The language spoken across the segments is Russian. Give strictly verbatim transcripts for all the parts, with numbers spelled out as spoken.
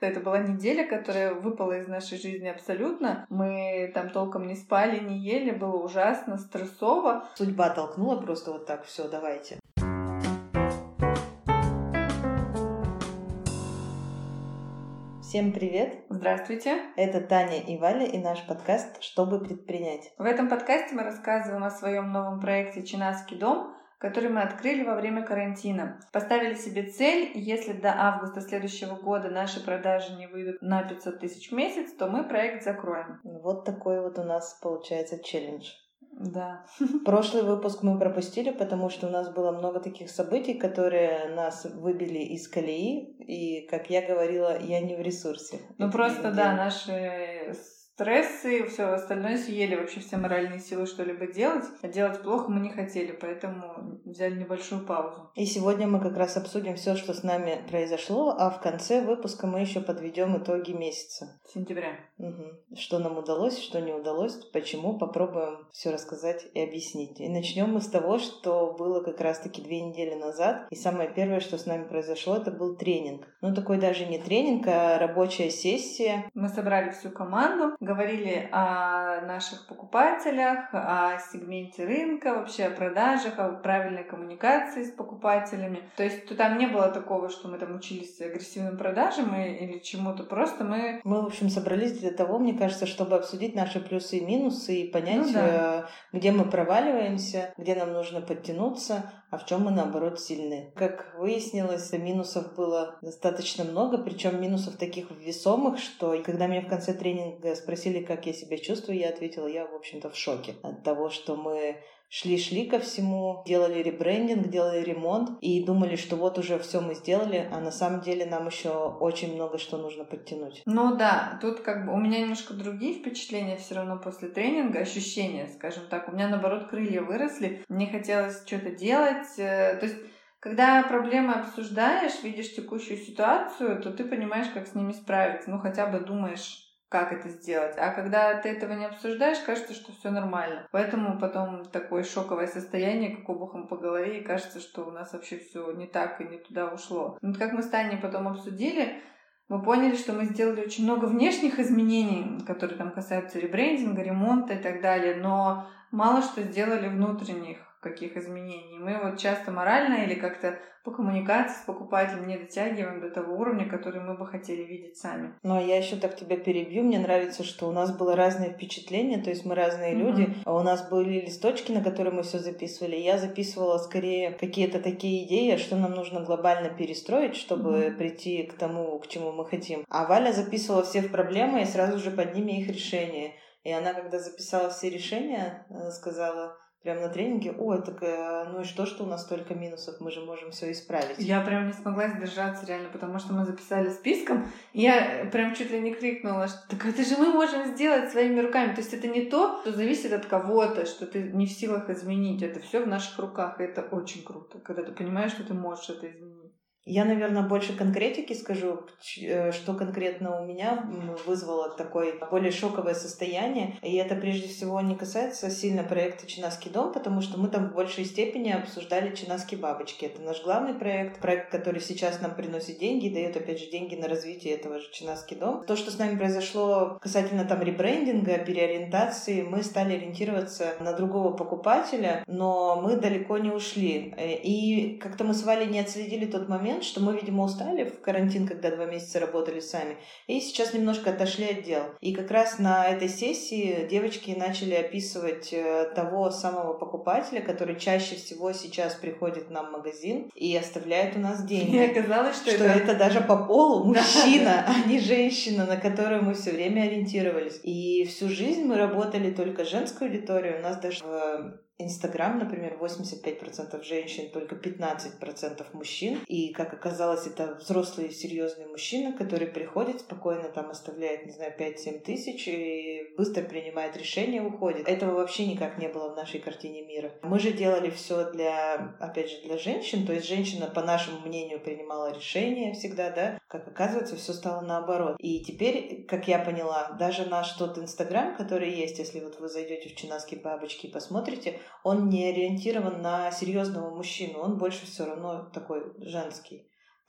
Это была неделя, которая выпала из нашей жизни абсолютно. Мы там толком не спали, не ели, было ужасно, стрессово. Судьба толкнула просто вот так, все, давайте. Всем привет! Здравствуйте! Это Таня и Валя и наш подкаст «Чтобы предпринять». В этом подкасте мы рассказываем о своем новом проекте «Чинаский дом», который мы открыли во время карантина. Поставили себе цель, если до августа следующего года наши продажи не выйдут на пятьсот тысяч в месяц, то мы проект закроем. Вот такой вот у нас получается челлендж. Да. Прошлый выпуск мы пропустили, потому что у нас было много таких событий, которые нас выбили из колеи, и, как я говорила, я не в ресурсе. Ну просто, да, наши стрессы, все остальное съели вообще все моральные силы что-либо делать. А делать плохо мы не хотели, поэтому взяли небольшую паузу. И сегодня мы как раз обсудим все, что с нами произошло, а в конце выпуска мы еще подведем итоги месяца. Сентября. Угу. Что нам удалось, что не удалось, почему, попробуем все рассказать и объяснить. И начнем мы с того, что было как раз-таки две недели назад. И самое первое, что с нами произошло, это был тренинг. Ну, такой даже не тренинг, а рабочая сессия. Мы собрали всю команду, говорили о наших покупателях, о сегменте рынка, вообще о продажах, о правильной коммуникации с покупателями. То есть там не было такого, что мы там учились агрессивным продажам или чему-то, просто мы... Мы, в общем, собрались для того, мне кажется, чтобы обсудить наши плюсы и минусы и понять, ну, да. где мы проваливаемся, где нам нужно подтянуться, а в чем мы, наоборот, сильны. Как выяснилось, минусов было достаточно много, причем минусов таких весомых, что когда меня в конце тренинга спросили, как я себя чувствую, я ответила, я, в общем-то, в шоке от того, что мы шли-шли ко всему, делали ребрендинг, делали ремонт и думали, что вот уже все мы сделали, а на самом деле нам еще очень много что нужно подтянуть. Ну да, тут как бы у меня немножко другие впечатления все равно после тренинга, ощущения, скажем так. У меня, наоборот, крылья выросли, мне хотелось что-то делать, то есть когда проблемы обсуждаешь, видишь текущую ситуацию, то ты понимаешь, как с ними справиться, ну хотя бы думаешь, как это сделать. А когда ты этого не обсуждаешь, кажется, что все нормально. Поэтому потом такое шоковое состояние, как обухом по голове, и кажется, что у нас вообще все не так и не туда ушло. Вот как мы с Таней потом обсудили, мы поняли, что мы сделали очень много внешних изменений, которые там касаются ребрендинга, ремонта и так далее, но мало что сделали внутренних каких изменений. Мы вот часто морально или как-то по коммуникации с покупателем не дотягиваем до того уровня, который мы бы хотели видеть сами. Ну, а я еще так тебя перебью. Мне нравится, что у нас было разное впечатление, то есть мы разные mm-hmm. люди. А у нас были листочки, на которые мы все записывали. Я записывала скорее какие-то такие идеи, что нам нужно глобально перестроить, чтобы mm-hmm. прийти к тому, к чему мы хотим. А Валя записывала все проблемы и сразу же под ними их решение. И она, когда записала все решения, сказала... Прямо на тренинге, ой, так ну и что, что у нас столько минусов, мы же можем все исправить. Я прям не смогла сдержаться реально, потому что мы записали списком, и я прям чуть ли не крикнула, что так это же мы можем сделать своими руками. То есть это не то, что зависит от кого-то, что ты не в силах изменить. Это все в наших руках, и это очень круто, когда ты понимаешь, что ты можешь это изменить. Я, наверное, больше конкретики скажу, что конкретно у меня вызвало такое более шоковое состояние. И это прежде всего не касается сильно проекта «Чинаский дом», потому что мы там в большей степени обсуждали «Чинаские бабочки». Это наш главный проект, проект, который сейчас нам приносит деньги и дает, опять же, деньги на развитие этого же «Чинаский дом». То, что с нами произошло касательно там ребрендинга, переориентации, мы стали ориентироваться на другого покупателя, но мы далеко не ушли. И как-то мы с Валей не отследили тот момент, что мы, видимо, устали в карантин, когда два месяца работали сами, и сейчас немножко отошли от дел. И как раз на этой сессии девочки начали описывать того самого покупателя, который чаще всего сейчас приходит нам в магазин и оставляет у нас деньги. И оказалось, что, что это... это даже по полу мужчина, а не женщина, на которую мы все время ориентировались. И всю жизнь мы работали только женскую аудиторию. У нас даже в Инстаграм, например, восемьдесят пять процентов женщин, только пятнадцать процентов мужчин. И, как оказалось, это взрослый серьезный мужчина, который приходит, спокойно там оставляет, не знаю, пять-семь тысяч и быстро принимает решение, уходит. Этого вообще никак не было в нашей картине мира. Мы же делали все для, опять же, для женщин, то есть женщина, по нашему мнению, принимала решение всегда, да? Как оказывается, все стало наоборот. И теперь, как я поняла, даже наш тот Инстаграм, который есть, если вот вы зайдете в «Чинаские бабочки» и посмотрите, он не ориентирован на серьезного мужчину, он больше все равно такой женский.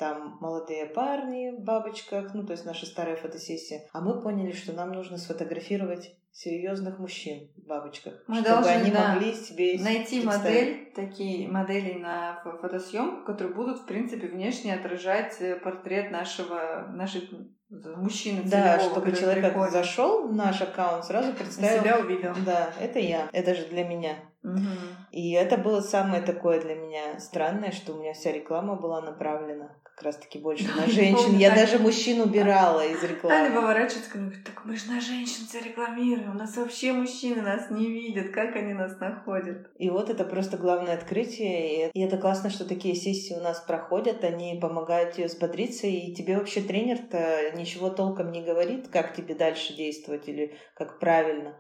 там молодые парни в бабочках, ну, то есть наша старая фотосессия. А мы поняли, что нам нужно сфотографировать серьезных мужчин в бабочках, мы чтобы должны, они да, могли себе найти модель, такие модели на фотосъемку, которые будут, в принципе, внешне отражать портрет нашего, наших мужчины. Да, целевого, чтобы человек приходит. Зашел в наш аккаунт, сразу представил. Себя увидел. Да, это я, это же для меня. Угу. И это было самое такое для меня странное, что у меня вся реклама была направлена как раз-таки больше на женщин. Я даже мужчин убирала из рекламы. Они поворачиваются и говорят: так мы же на женщин все рекламируем, у нас вообще мужчины нас не видят, как они нас находят. И вот это просто главное открытие. И это классно, что такие сессии у нас проходят, они помогают тебе взбодриться, и тебе вообще тренер-то ничего толком не говорит, как тебе дальше действовать или как правильно.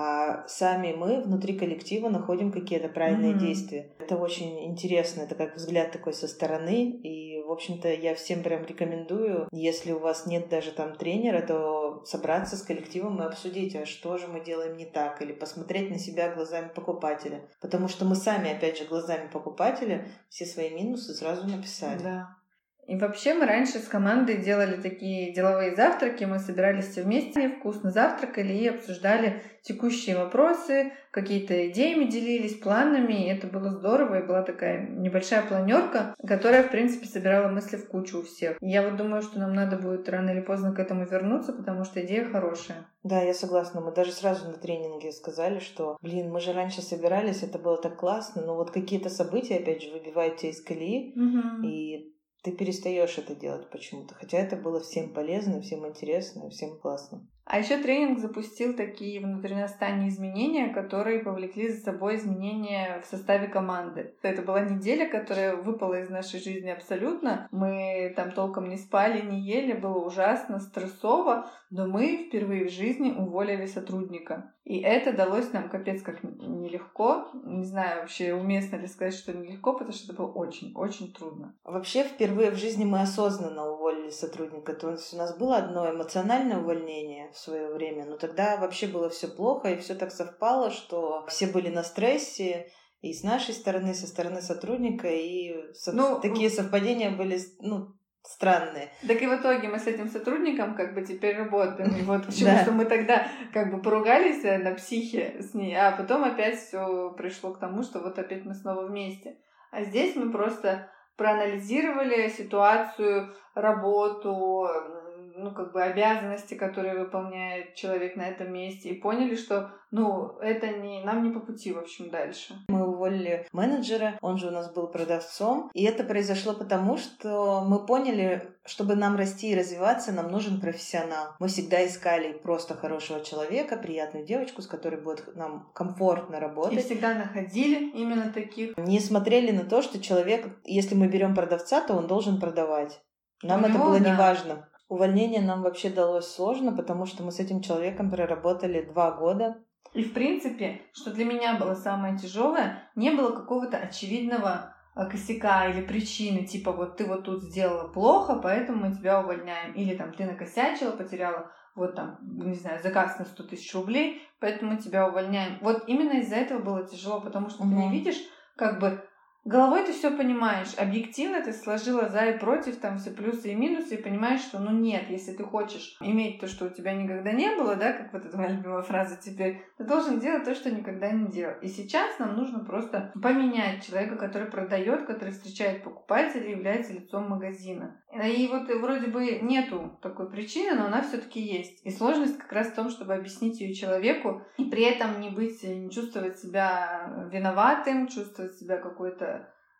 А сами мы внутри коллектива находим какие-то правильные mm-hmm. действия. Это очень интересно, это как взгляд такой со стороны, и, в общем-то, я всем прям рекомендую, если у вас нет даже там тренера, то собраться с коллективом и обсудить, а что же мы делаем не так, или посмотреть на себя глазами покупателя, потому что мы сами, опять же, глазами покупателя все свои минусы сразу написали. Да. И вообще мы раньше с командой делали такие деловые завтраки, мы собирались все вместе, вкусно завтракали и обсуждали текущие вопросы, какие-то идеями делились, планами, и это было здорово, и была такая небольшая планерка, которая, в принципе, собирала мысли в кучу у всех. И я вот думаю, что нам надо будет рано или поздно к этому вернуться, потому что идея хорошая. Да, я согласна. Мы даже сразу на тренинге сказали, что, блин, мы же раньше собирались, это было так классно, но вот какие-то события, опять же, выбивают тебя из колеи, угу. и ты перестаешь это делать почему-то. Хотя это было всем полезно, всем интересно, всем классно. А еще тренинг запустил такие внутренностные изменения, которые повлекли за собой изменения в составе команды. Это была неделя, которая выпала из нашей жизни абсолютно. Мы там толком не спали, не ели, было ужасно, стрессово, но мы впервые в жизни уволили сотрудника. И это далось нам капец как нелегко. Не знаю вообще, уместно ли сказать, что нелегко, потому что это было очень-очень трудно. Вообще, впервые в жизни мы осознанно уволили сотрудника. То есть у нас было одно эмоциональное увольнение в свое время, но тогда вообще было все плохо, и все так совпало, что все были на стрессе, и с нашей стороны, со стороны сотрудника, и со... ну, такие совпадения были, ну, странные. Так и в итоге мы с этим сотрудником как бы теперь работаем. И вот почему что мы тогда как бы поругались на психе с ней, а потом опять все пришло к тому, что вот опять мы снова вместе. А здесь мы просто проанализировали ситуацию, работу, ну, как бы обязанности, которые выполняет человек на этом месте, и поняли, что, ну, это не, нам не по пути, в общем, дальше. Мы уволили менеджера, он же у нас был продавцом, и это произошло потому, что мы поняли, чтобы нам расти и развиваться, нам нужен профессионал. Мы всегда искали просто хорошего человека, приятную девочку, с которой будет нам комфортно работать. И всегда находили именно таких. Не смотрели на то, что человек, если мы берем продавца, то он должен продавать. Нам у это него, было да. неважно. Увольнение нам вообще далось сложно, потому что мы с этим человеком проработали два года. И, в принципе, что для меня было самое тяжелое, не было какого-то очевидного косяка или причины, типа вот ты вот тут сделала плохо, поэтому мы тебя увольняем. Или там ты накосячила, потеряла вот там, не знаю, заказ на сто тысяч рублей, поэтому тебя увольняем. Вот именно из-за этого было тяжело, потому что угу. ты не видишь, как бы, головой ты все понимаешь, объективно ты сложила за и против, там все плюсы и минусы, и понимаешь, что ну нет, если ты хочешь иметь то, что у тебя никогда не было, да, как вот эта моя любимая фраза теперь, ты должен делать то, что никогда не делал. И сейчас нам нужно просто поменять человека, который продает, который встречает покупателей, является лицом магазина. И вот вроде бы нету такой причины, но она все-таки есть. И сложность как раз в том, чтобы объяснить ее человеку, и при этом не быть, не чувствовать себя виноватым, чувствовать себя какой-то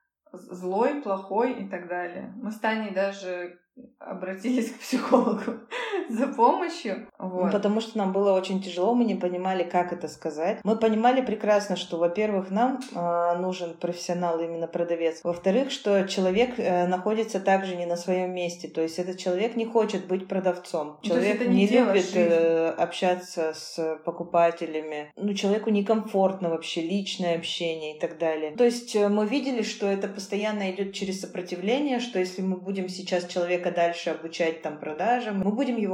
злой, плохой и так далее. Мы с Таней даже обратились к психологу за помощью. Вот. Ну, потому что нам было очень тяжело, мы не понимали, как это сказать. Мы понимали прекрасно, что, во-первых, нам э, нужен профессионал, именно продавец. Во-вторых, что человек э, находится также не на своем месте. То есть этот человек не хочет быть продавцом. Человек не, не любит э, общаться с покупателями. Ну, человеку некомфортно вообще личное общение и так далее. То есть э, мы видели, что это постоянно идет через сопротивление, что если мы будем сейчас человека дальше обучать там продажам, мы будем его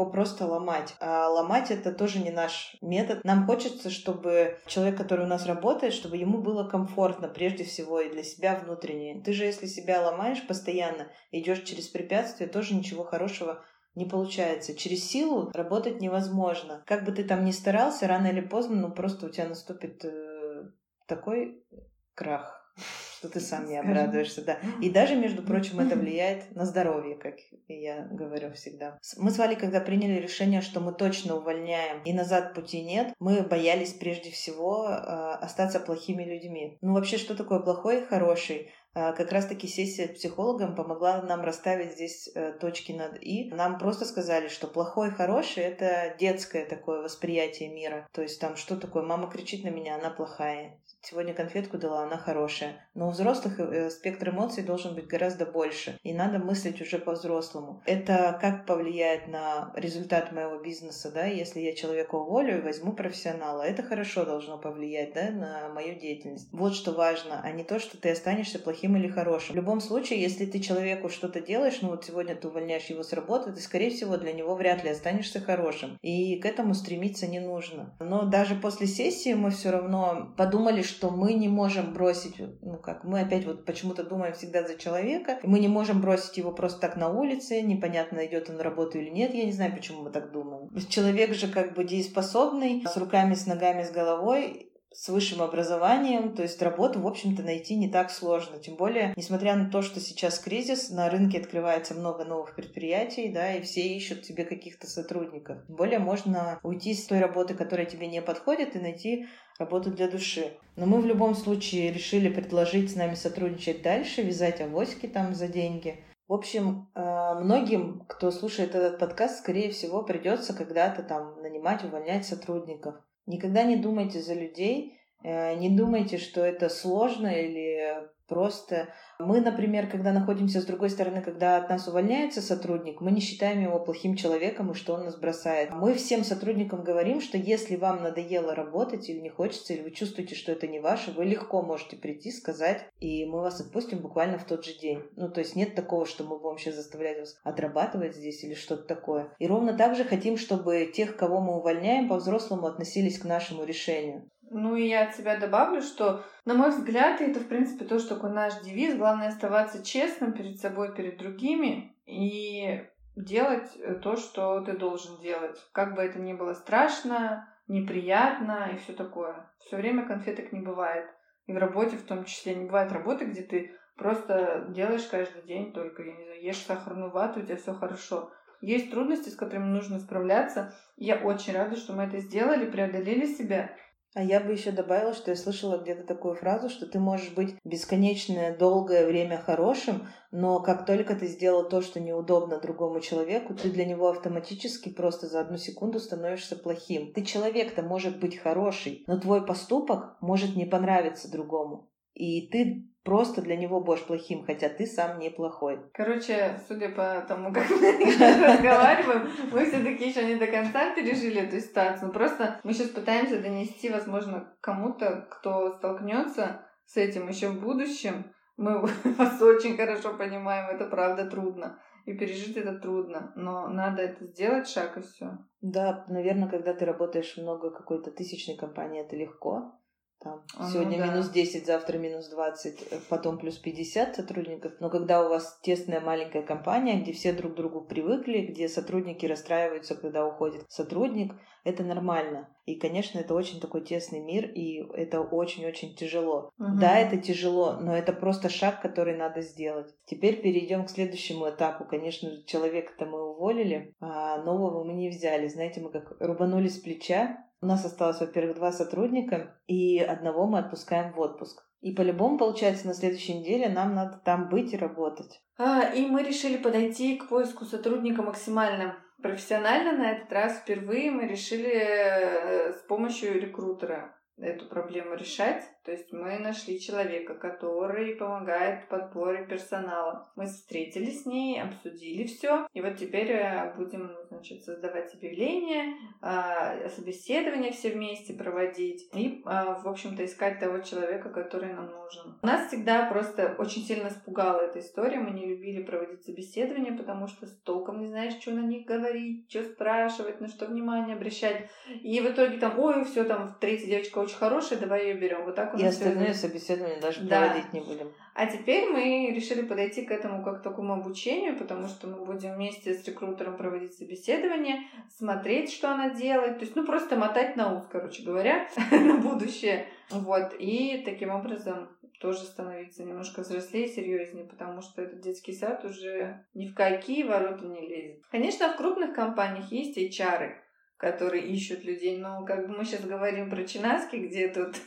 его просто ломать. А ломать это тоже не наш метод. Нам хочется, чтобы человек, который у нас работает, чтобы ему было комфортно прежде всего и для себя внутренне. Ты же, если себя ломаешь постоянно, идешь через препятствия, тоже ничего хорошего не получается. Через силу работать невозможно. Как бы ты там ни старался, рано или поздно, ну просто у тебя наступит э, такой крах, что ты сам не обрадуешься, да. И даже, между прочим, это влияет на здоровье, как я говорю всегда. Мы с Валей, когда приняли решение, что мы точно увольняем и назад пути нет, мы боялись прежде всего э, остаться плохими людьми. Ну вообще, что такое плохой и хороший? Как раз-таки сессия с психологом помогла нам расставить здесь точки над «и». Нам просто сказали, что плохой и хороший — это детское такое восприятие мира. То есть там что такое? Мама кричит на меня, она плохая. Сегодня конфетку дала, она хорошая. Но у взрослых спектр эмоций должен быть гораздо больше. И надо мыслить уже по-взрослому. Это как повлияет на результат моего бизнеса, да? Если я человека уволю и возьму профессионала, это хорошо должно повлиять, да, на мою деятельность. Вот что важно, а не то, что ты останешься плохим или хорошим. В любом случае, если ты человеку что-то делаешь, ну вот сегодня ты увольняешь его с работы, ты, скорее всего, для него вряд ли останешься хорошим. И к этому стремиться не нужно. Но даже после сессии мы все равно подумали, что мы не можем бросить, ну как, мы опять вот почему-то думаем всегда за человека, и мы не можем бросить его просто так на улице, непонятно, идет он на работу или нет, я не знаю, почему мы так думаем. Человек же как бы дееспособный, с руками, с ногами, с головой, с высшим образованием, то есть работу, в общем-то, найти не так сложно. Тем более, несмотря на то, что сейчас кризис, на рынке открывается много новых предприятий, да, и все ищут тебе каких-то сотрудников. Тем более, можно уйти с той работы, которая тебе не подходит, и найти работу для души. Но мы в любом случае решили предложить с нами сотрудничать дальше, вязать авоськи там за деньги. В общем, многим, кто слушает этот подкаст, скорее всего, придется когда-то там нанимать, увольнять сотрудников. Никогда не думайте за людей, не думайте, что это сложно или просто... Мы, например, когда находимся с другой стороны, когда от нас увольняется сотрудник, мы не считаем его плохим человеком и что он нас бросает. Мы всем сотрудникам говорим, что если вам надоело работать или не хочется, или вы чувствуете, что это не ваше, вы легко можете прийти, сказать, и мы вас отпустим буквально в тот же день. Ну, то есть нет такого, что мы будем сейчас заставлять вас отрабатывать здесь или что-то такое. И ровно так же хотим, чтобы тех, кого мы увольняем, по-взрослому относились к нашему решению. Ну и я от себя добавлю, что, на мой взгляд, это, в принципе, тоже такой наш девиз. Главное оставаться честным перед собой, перед другими и делать то, что ты должен делать. Как бы это ни было страшно, неприятно и все такое. Все время конфеток не бывает. И в работе в том числе не бывает работы, где ты просто делаешь каждый день только, я не знаю, ешь сахарную вату, у тебя все хорошо. Есть трудности, с которыми нужно справляться. Я очень рада, что мы это сделали, преодолели себя. А я бы еще добавила, что я слышала где-то такую фразу, что ты можешь быть бесконечное долгое время хорошим, но как только ты сделал то, что неудобно другому человеку, ты для него автоматически просто за одну секунду становишься плохим. Ты человек-то может быть хороший, но твой поступок может не понравиться другому. И ты просто для него будешь плохим, хотя ты сам неплохой. Короче, судя по тому, как мы разговариваем, мы все-таки еще не до конца пережили эту ситуацию. Просто мы сейчас пытаемся донести, возможно, кому-то, кто столкнется с этим еще в будущем. Мы вас очень хорошо понимаем, это правда трудно. И пережить это трудно, но надо это сделать, шаг и все. Да, наверное, когда ты работаешь много какой-то тысячной компании, это легко. Там, а, сегодня ну, да. минус десять, завтра минус двадцать, потом плюс пятьдесят сотрудников. Но когда у вас тесная маленькая компания, где все друг к другу привыкли, где сотрудники расстраиваются, когда уходит сотрудник, это нормально. И, конечно, это очень такой тесный мир, и это очень-очень тяжело. Угу. Да, это тяжело, но это просто шаг, который надо сделать. Теперь перейдем к следующему этапу. Конечно, человека-то мы уволили, а нового мы не взяли. Знаете, мы как рубанули с плеча. У нас осталось, во-первых, два сотрудника, и одного мы отпускаем в отпуск. И по-любому, получается, на следующей неделе нам надо там быть и работать. А, и мы решили подойти к поиску сотрудника максимально профессионально. На этот раз впервые мы решили с помощью рекрутера эту проблему решать. То есть мы нашли человека, который помогает в подборе персонала. Мы встретились с ней, обсудили все. И вот теперь будем, значит, создавать объявления, собеседования все вместе проводить и, в общем-то, искать того человека, который нам нужен. Нас всегда просто очень сильно испугала эта история. Мы не любили проводить собеседования, потому что толком не знаешь, что на них говорить, что спрашивать, на что внимание обращать. И в итоге там, ой, все там, третья девочка очень хорошая, давай ее берем. Вот так у нас и остальные все... собеседования даже да. проводить не будем. А теперь мы решили подойти к этому как к такому обучению, потому что мы будем вместе с рекрутером проводить собеседование, смотреть, что она делает, то есть, ну, просто мотать на ус, короче говоря, на будущее. Вот, и таким образом тоже становиться немножко взрослее, серьезнее, потому что этот детский сад уже ни в какие ворота не лезет. Конечно, в крупных компаниях есть эйч ар, которые ищут людей, но как бы мы сейчас говорим про Чинаски, где тут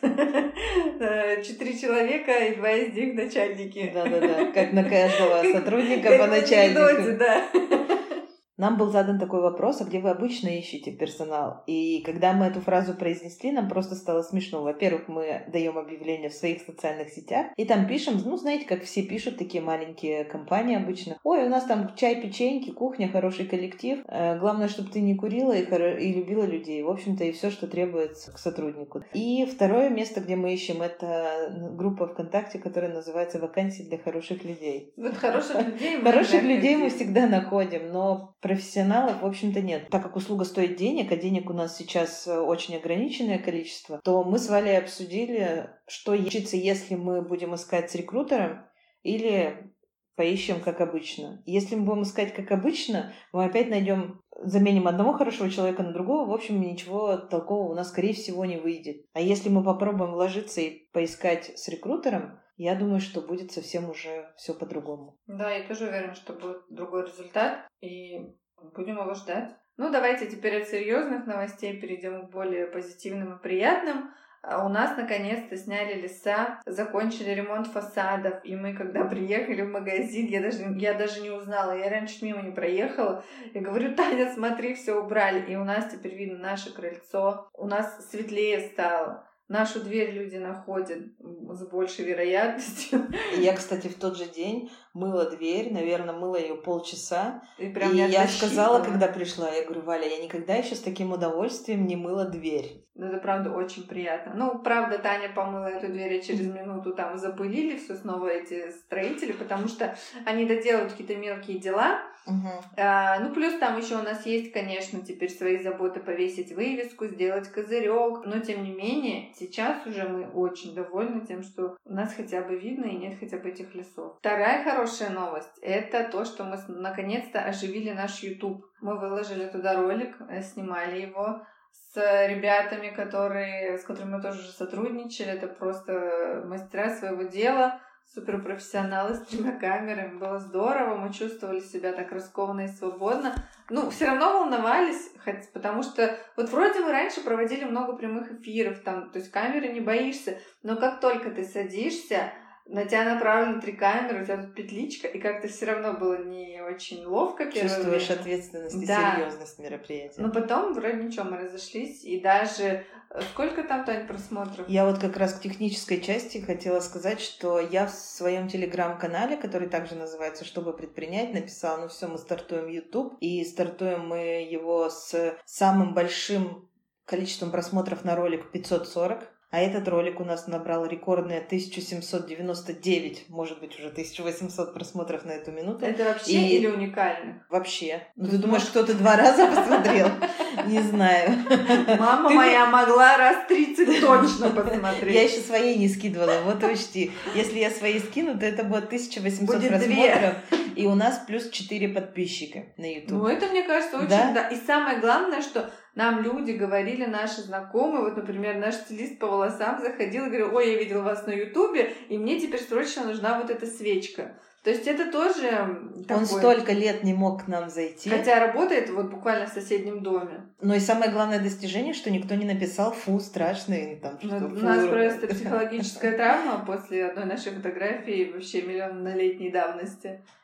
четыре человека и два из них начальники. Да-да-да, как на каждого сотрудника по начальнику. Да. Нам был задан такой вопрос, а где вы обычно ищете персонал? И когда мы эту фразу произнесли, нам просто стало смешно. Во-первых, мы даем объявление в своих социальных сетях, и там пишем, ну, знаете, как все пишут, такие маленькие компании обычно. Ой, у нас там чай, печеньки, кухня, хороший коллектив. Главное, чтобы ты не курила и, хоро... и любила людей. В общем-то, и все, что требуется к сотруднику. И второе место, где мы ищем, это группа ВКонтакте, которая называется «Вакансии для хороших людей». Вот хороших людей мы Хороших людей мы всегда находим, но профессионалов, в общем-то, нет. Так как услуга стоит денег, а денег у нас сейчас очень ограниченное количество, то мы с Валей обсудили, что учиться, если мы будем искать с рекрутером или поищем как обычно. Если мы будем искать как обычно, мы опять найдем, заменим одного хорошего человека на другого, в общем, ничего толкового у нас, скорее всего, не выйдет. А если мы попробуем вложиться и поискать с рекрутером, я думаю, что будет совсем уже все по-другому. Да, я тоже уверена, что будет другой результат, и будем его ждать. Ну, давайте теперь от серьезных новостей перейдем к более позитивным и приятным. У нас наконец-то сняли леса, закончили ремонт фасадов, и мы, когда приехали в магазин, я даже, я даже не узнала, я раньше мимо не проехала, я говорю: Таня, смотри, все убрали, и у нас теперь видно наше крыльцо, у нас светлее стало. Нашу дверь люди находят с большей вероятностью. Я, кстати, в тот же день мыла дверь, наверное, мыла ее полчаса. И, прям и я оттащила. сказала, когда пришла, я говорю: Валя, я никогда еще с таким удовольствием не мыла дверь. Это правда очень приятно. Ну, правда, Таня помыла эту дверь, и через минуту там запылили все снова эти строители, потому что они доделают какие-то мелкие дела. Угу. А, ну, плюс там еще у нас есть, конечно, теперь свои заботы: повесить вывеску, сделать козырек. Но, тем не менее, сейчас уже мы очень довольны тем, что у нас хотя бы видно и нет хотя бы этих лесов. Вторая хорошая новость — это то, что мы наконец-то оживили наш YouTube. Мы выложили туда ролик, снимали его с ребятами, которые, с которыми мы тоже уже сотрудничали. Это просто мастера своего дела, суперпрофессионалы с тремя камерами. Было здорово, мы чувствовали себя так раскованно и свободно. Ну, все равно волновались, хоть, потому что вот вроде мы раньше проводили много прямых эфиров, там, то есть камеры не боишься, но как только ты садишься, на тебя направлены три камеры, у тебя тут петличка, и как-то все равно было не очень ловко первое Чувствуешь время. ответственность и да. серьезность мероприятия. Но потом вроде ничего, мы разошлись, и даже... Сколько там, Тань, просмотров? Я вот как раз к технической части хотела сказать, что я в своем телеграм-канале, который также называется «Чтобы предпринять», написала: ну все, мы стартуем YouTube, и стартуем мы его с самым большим количеством просмотров на ролик пятьсот сорок. А этот ролик у нас набрал рекордные тысяча семьсот девяносто девять, может быть, уже тысяча восемьсот просмотров на эту минуту. Это вообще и... или уникально? Вообще. Ну, ты думаешь, кто-то два раза посмотрел? Не знаю. Мама моя могла раз тридцать точно посмотреть. Я еще своей не скидывала, вот учти. Если я свои скину, то это будет тысяча восемьсот просмотров. И у нас плюс четыре подписчика на YouTube. Ну, это, мне кажется, очень... Да? да. И самое главное, что нам люди говорили, наши знакомые, вот, например, наш стилист по волосам заходил и говорил: ой, я видел вас на Ютубе, и мне теперь срочно нужна вот эта свечка. То есть это тоже... Он такой... столько лет не мог к нам зайти. Хотя работает вот буквально в соседнем доме. Но и самое главное достижение, что никто не написал: фу, страшный. Там, что, У фу. нас просто психологическая травма после одной нашей фотографии вообще миллионнолетней давности.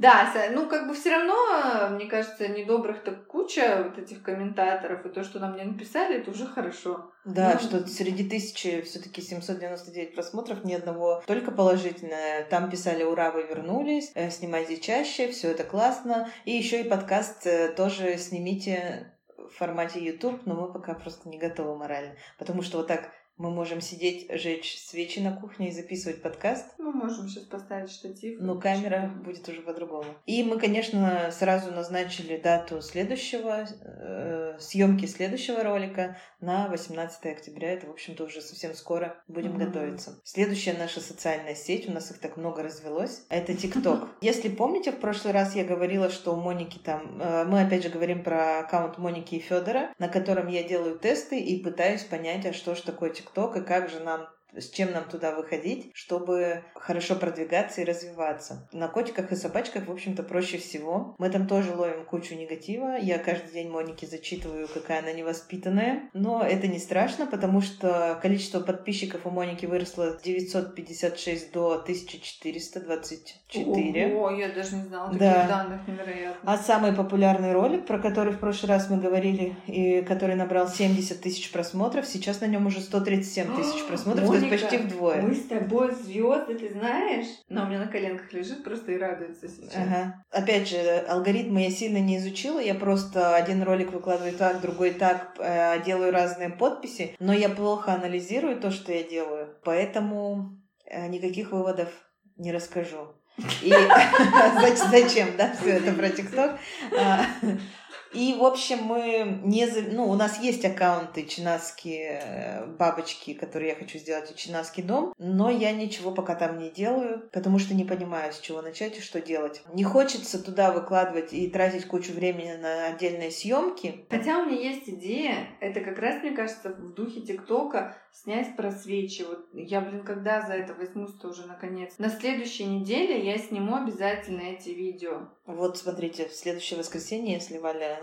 Да, ну как бы все равно, мне кажется, недобрых-то куча вот этих комментаторов, и то, что нам не написали, это уже хорошо. Да, ну... что среди тысячи все-таки семьсот девяносто девять просмотров ни одного только положительное. Там писали: ура, вы вернулись, снимайте чаще, все это классно. И еще и подкаст тоже снимите в формате YouTube, но мы пока просто не готовы морально. Потому что вот так мы можем сидеть, жечь свечи на кухне и записывать подкаст. Мы можем сейчас поставить штатив. Но камера будет уже по-другому. И мы, конечно, сразу назначили дату следующего, э, съемки следующего ролика на восемнадцатое октября. Это, в общем-то, уже совсем скоро будем mm-hmm. готовиться. Следующая наша социальная сеть, у нас их так много развелось, это ТикТок. Если помните, в прошлый раз я говорила, что у Моники там... Э, мы опять же говорим про аккаунт Моники и Федора, на котором я делаю тесты и пытаюсь понять, а что же такое ТикТок, и как же нам, с чем нам туда выходить, чтобы хорошо продвигаться и развиваться. На котиках и собачках, в общем-то, проще всего. Мы там тоже ловим кучу негатива. Я каждый день Монике зачитываю, какая она невоспитанная. Но это не страшно, потому что количество подписчиков у Моники выросло с девятьсот пятьдесят шесть до тысяча четыреста двадцать четыре. Ого, я даже не знала таких да. данных, невероятно. А самый популярный ролик, про который в прошлый раз мы говорили, и который набрал семьдесят тысяч просмотров, сейчас на нем уже сто тридцать семь тысяч просмотров, то есть почти вдвое. Мы с тобой звезды, ты знаешь? Но у меня на коленках лежит просто и радуется сейчас. Ага. Опять же, алгоритмы я сильно не изучила, я просто один ролик выкладываю так, другой так, э, делаю разные подписи, но я плохо анализирую то, что я делаю, поэтому э, никаких выводов не расскажу. И зачем, да, все это про ТикТок? И, в общем, мы не... Ну, у нас есть аккаунты чинаские бабочки, которые я хочу сделать, и чинаский дом, но я ничего пока там не делаю, потому что не понимаю, с чего начать и что делать. Не хочется туда выкладывать и тратить кучу времени на отдельные съемки. Хотя у меня есть идея, это как раз, мне кажется, в духе ТикТока снять про свечи. Вот я, блин, когда за это возьмусь-то уже наконец? На следующей неделе я сниму обязательно эти видео. Вот, смотрите, в следующее воскресенье, если Валя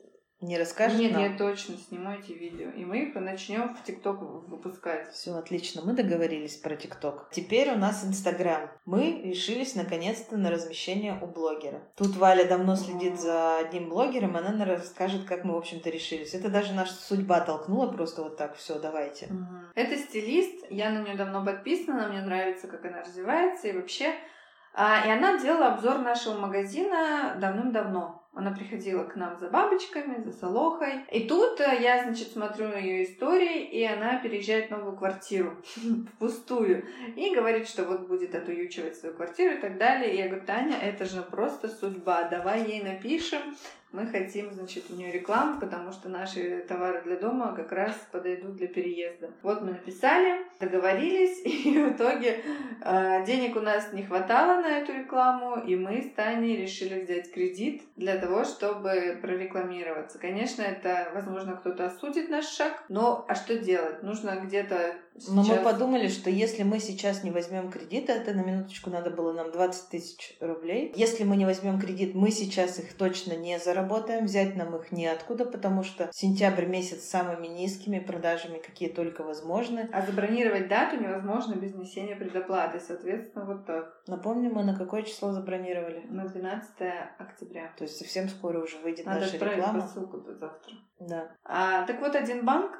не расскажет Нет, нам... я точно сниму эти видео. И мы их начнем в ТикТок выпускать. Все отлично, мы договорились про ТикТок. Теперь у нас Инстаграм. Мы решились наконец-то на размещение у блогера. Тут Валя давно следит за одним блогером, она нам расскажет, как мы, в общем-то, решились. Это даже наша судьба толкнула просто вот так: все, давайте. Угу. Это стилист, я на нее давно подписана, мне нравится, как она развивается и вообще... А, и она делала обзор нашего магазина давным-давно. Она приходила к нам за бабочками, за солохой. И тут я, значит, смотрю на ее истории, и она переезжает в новую квартиру, пустую. И говорит, что вот будет отуючивать свою квартиру и так далее. И я говорю: Таня, это же просто судьба. Давай ей напишем. Мы хотим, значит, у нее рекламу, потому что наши товары для дома как раз подойдут для переезда. Вот мы написали, договорились, и в итоге э, денег у нас не хватало на эту рекламу, и мы с Таней решили взять кредит для того, чтобы прорекламироваться. Конечно, это, возможно, кто-то осудит наш шаг, но а что делать? Нужно где-то сейчас... Но мы подумали, что если мы сейчас не возьмем кредит, это на минуточку надо было нам двадцать тысяч рублей. Если мы не возьмем кредит, мы сейчас их точно не заработаем. Работаем, взять нам их неоткуда, потому что сентябрь месяц с самыми низкими продажами, какие только возможны. А забронировать дату невозможно без внесения предоплаты, соответственно, вот так. Напомню, мы на какое число забронировали? На двенадцатое октября. То есть совсем скоро уже выйдет Надо наша реклама. реклама. Надо отправить посылку до завтра. Да. А, так вот, один банк...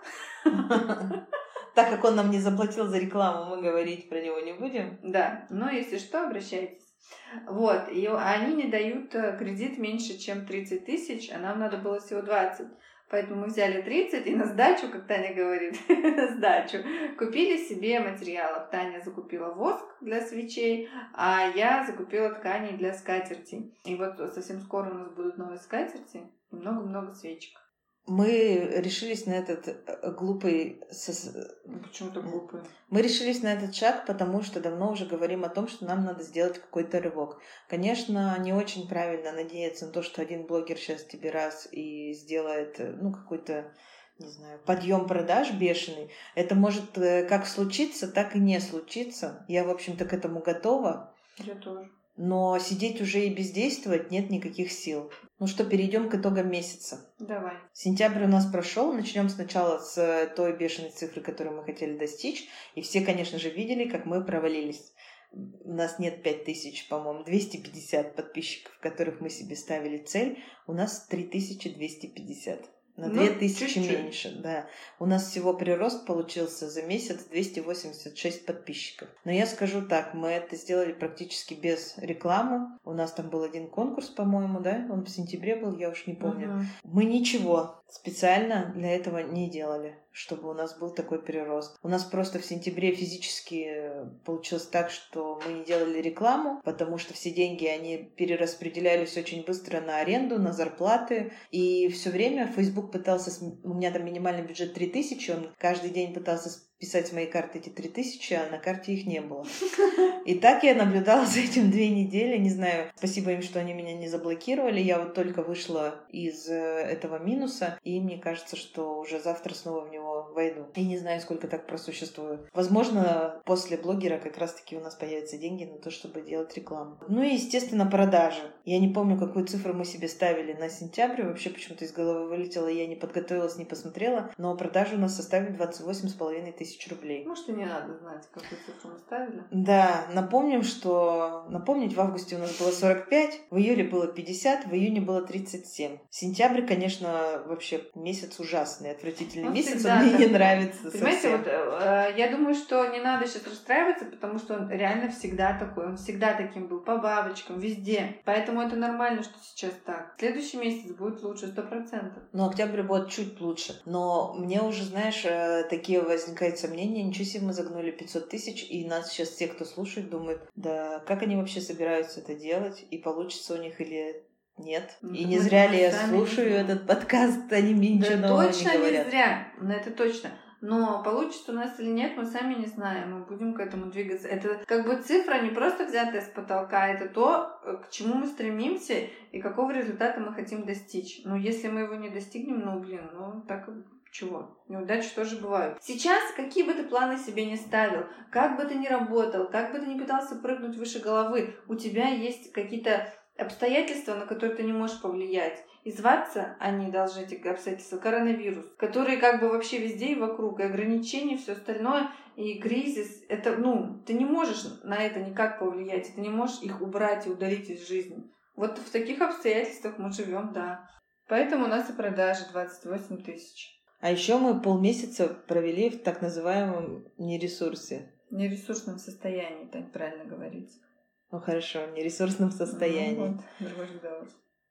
Так как он нам не заплатил за рекламу, мы говорить про него не будем. Да, но если что, обращайтесь. Вот, и они не дают кредит меньше, чем тридцать тысяч, а нам надо было всего двадцать. Поэтому мы взяли тридцать и на сдачу, как Таня говорит, на сдачу, купили себе материалов. Таня закупила воск для свечей, а я закупила ткани для скатертей. И вот совсем скоро у нас будут новые скатерти и много-много свечек. Мы решились на этот глупый... Почему-то глупый. Мы решились на этот шаг, потому что давно уже говорим о том, что нам надо сделать какой-то рывок. Конечно, не очень правильно надеяться на то, что один блогер сейчас тебе раз и сделает, ну, какой-то, не знаю, подъем продаж бешеный. Это может как случиться, так и не случиться. Я, в общем-то, к этому готова. Я тоже. Но сидеть уже и бездействовать нет никаких сил. Ну что, перейдем к итогам месяца. Давай. Сентябрь у нас прошел. Начнем сначала с той бешеной цифры, которую мы хотели достичь. И все, конечно же, видели, как мы провалились. у нас нет пять тысяч, по-моему, двести пятьдесят подписчиков, которых мы себе ставили цель, у нас три тысячи двести пятьдесят. На две тысячи ну, меньше, да. У нас всего прирост получился за месяц двести восемьдесят шесть подписчиков. Но я скажу так, мы это сделали практически без рекламы. У нас там был один конкурс, по-моему, да? Он в сентябре был, я уж не помню. Uh-huh. Мы ничего специально для этого не делали, чтобы у нас был такой прирост. У нас просто в сентябре физически получилось так, что мы не делали рекламу, потому что все деньги, они перераспределялись очень быстро на аренду, на зарплаты. И все время Facebook пытался... У меня там минимальный бюджет три тысячи, он каждый день пытался писать с моей карты эти три тысячи, а на карте их не было. И так я наблюдала за этим две недели. Не знаю, спасибо им, что они меня не заблокировали. Я вот только вышла из этого минуса, и мне кажется, что уже завтра снова в него войду. И не знаю, сколько так просуществую. Возможно, после блогера как раз-таки у нас появятся деньги на то, чтобы делать рекламу. Ну и, естественно, продажи. Я не помню, какую цифру мы себе ставили на сентябрь. Вообще почему-то из головы вылетело, я не подготовилась, не посмотрела. Но продажи у нас составили двадцать восемь с половиной тысяч рублей. Может, и не надо знать, какую цифру мы ставили. Да, напомним, что... Напомнить, в августе у нас было сорок пять, в июле было пятьдесят, в июне было тридцать семь. Сентябрь, конечно, вообще месяц ужасный, отвратительный он месяц, он мне так... не нравится. Понимаете, совсем. вот э, я думаю, что не надо сейчас расстраиваться, потому что он реально всегда такой, он всегда таким был, по бабочкам, везде. Поэтому это нормально, что сейчас так. Следующий месяц будет лучше, сто процентов. Ну, октябрь будет чуть лучше. Но мне уже, знаешь, такие возникают сомнения, ничего себе мы загнули пятьсот тысяч, и нас сейчас те, кто слушает, думают, да как они вообще собираются это делать, и получится у них или нет. Ну, и не зря ли я слушаю этот подкаст, они мне ничего да нового точно не говорят. Не зря, ну это точно. Но получится у нас или нет, мы сами не знаем. Мы будем к этому двигаться. Это как бы цифра не просто взятая с потолка, это то, к чему мы стремимся и какого результата мы хотим достичь. Но если мы его не достигнем, ну блин, ну так чего? Неудачи тоже бывают. Сейчас, какие бы ты планы себе не ставил, как бы ты ни работал, как бы ты ни пытался прыгнуть выше головы, у тебя есть какие-то обстоятельства, на которые ты не можешь повлиять. И зваться они должны, эти обстоятельства, коронавирус, который как бы вообще везде и вокруг, и ограничения, и все остальное, и кризис. Это, ну, ты не можешь на это никак повлиять, ты не можешь их убрать и удалить из жизни. Вот в таких обстоятельствах мы живем, да. Поэтому у нас и продажи двадцать восемь тысяч. А еще мы полмесяца провели в так называемом нересурсе. Нересурсном состоянии, так правильно говорится. Ну хорошо, в нересурсном состоянии. Ну, вот, другой разговор.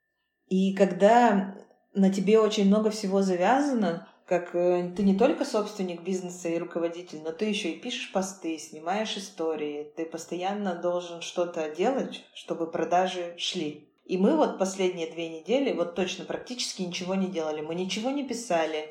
И когда на тебе очень много всего завязано, как ты не только собственник бизнеса и руководитель, но ты еще и пишешь посты, снимаешь истории, ты постоянно должен что-то делать, чтобы продажи шли. И мы вот последние две недели вот точно практически ничего не делали. Мы ничего не писали,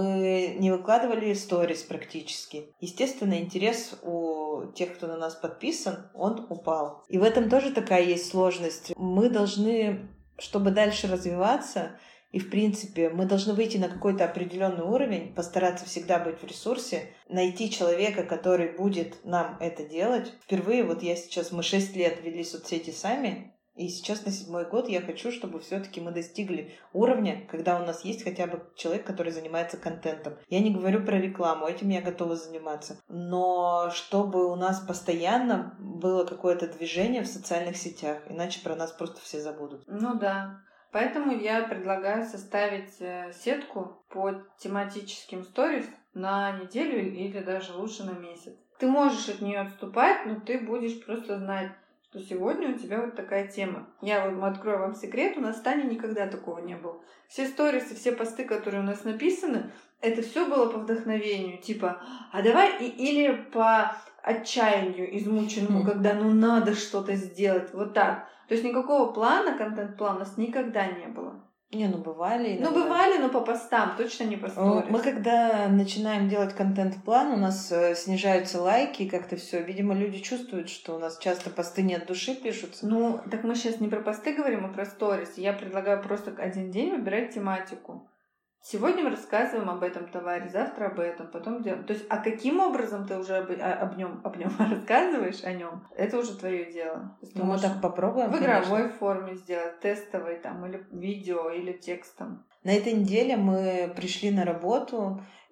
мы не выкладывали сторис практически. Естественно, интерес у тех, кто на нас подписан, он упал. И в этом тоже такая есть сложность. Мы должны, чтобы дальше развиваться, и, в принципе, мы должны выйти на какой-то определенный уровень, постараться всегда быть в ресурсе, найти человека, который будет нам это делать. Впервые, вот я сейчас, мы шесть лет вели соцсети сами, и сейчас на седьмой год я хочу, чтобы все-таки мы достигли уровня, когда у нас есть хотя бы человек, который занимается контентом. Я не говорю про рекламу, этим я готова заниматься. Но чтобы у нас постоянно было какое-то движение в социальных сетях, иначе про нас просто все забудут. Ну да. Поэтому я предлагаю составить сетку по тематическим сторис на неделю или даже лучше на месяц. Ты можешь от нее отступать, но ты будешь просто знать, что сегодня у тебя вот такая тема. Я вот открою вам секрет, у нас в Тане никогда такого не было. Все сторисы, все посты, которые у нас написаны, это все было по вдохновению, типа, а давай, и, или по отчаянию измученному, mm-hmm. когда ну надо что-то сделать, вот так. То есть никакого плана, контент-плана у нас никогда не было. Не, ну бывали. Ну бывали, но по постам, точно не по сторис. Мы когда начинаем делать контент-план, у нас снижаются лайки и как-то все. Видимо, люди чувствуют, что у нас часто посты не от души пишутся. Ну, так мы сейчас не про посты говорим, а про сторис. Я предлагаю просто один день выбирать тематику. Сегодня мы рассказываем об этом товаре, завтра об этом, потом делаем. То есть, а каким образом ты уже об, об нем, об нем рассказываешь, о нем, это уже твое дело. Ну, мы так попробуем, в игровой конечно. форме сделать, тестовой там, или видео, или текстом. На этой неделе мы пришли на работу,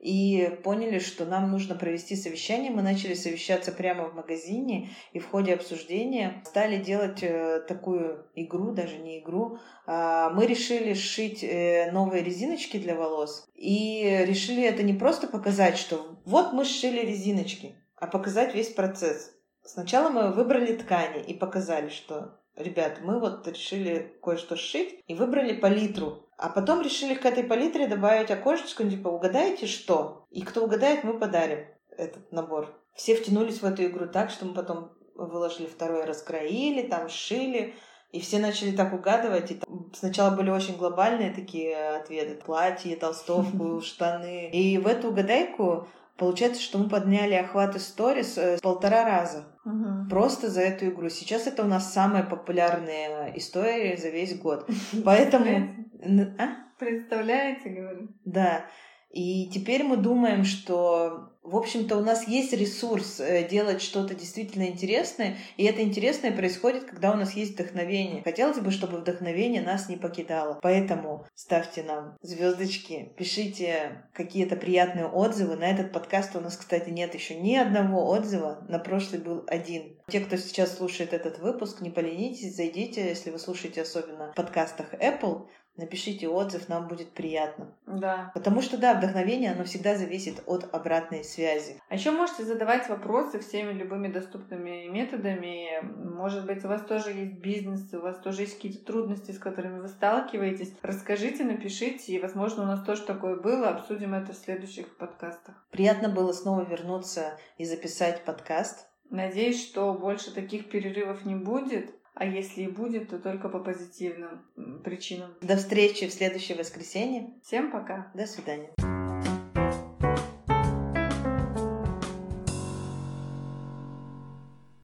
и поняли, что нам нужно провести совещание. Мы начали совещаться прямо в магазине, и в ходе обсуждения стали делать такую игру, даже не игру. Мы решили сшить новые резиночки для волос, и решили это не просто показать, что вот мы сшили резиночки, а показать весь процесс. Сначала мы выбрали ткани и показали, что, ребят, мы вот решили кое-что сшить и выбрали палитру. А потом решили к этой палитре добавить окошечко, типа, угадайте что? И кто угадает, мы подарим этот набор. Все втянулись в эту игру так, что мы потом выложили второй, раскроили, там сшили. И все начали так угадывать. И там сначала были очень глобальные такие ответы. Платье, толстовку, штаны. И в эту угадайку получается, что мы подняли охваты сторис в полтора раза. Угу. Просто за эту игру. Сейчас это у нас самая популярная история за весь год. Поэтому... А? Представляете, говорю? Да. И теперь мы думаем, что, в общем-то, у нас есть ресурс делать что-то действительно интересное, и это интересное происходит, когда у нас есть вдохновение. Хотелось бы, чтобы вдохновение нас не покидало. Поэтому ставьте нам звездочки, пишите какие-то приятные отзывы. На этот подкаст у нас, кстати, нет еще ни одного отзыва. На прошлый был один. Те, кто сейчас слушает этот выпуск, не поленитесь, зайдите, если вы слушаете особенно в подкастах Apple, напишите отзыв, нам будет приятно. Да. Потому что, да, вдохновение, оно всегда зависит от обратной связи. А еще можете задавать вопросы всеми любыми доступными методами. Может быть, у вас тоже есть бизнес, у вас тоже есть какие-то трудности, с которыми вы сталкиваетесь. Расскажите, напишите, и, возможно, у нас тоже такое было. Обсудим это в следующих подкастах. Приятно было снова вернуться и записать подкаст. Надеюсь, что больше таких перерывов не будет. А если и будет, то только по позитивным причинам. До встречи в следующее воскресенье. Всем пока. До свидания.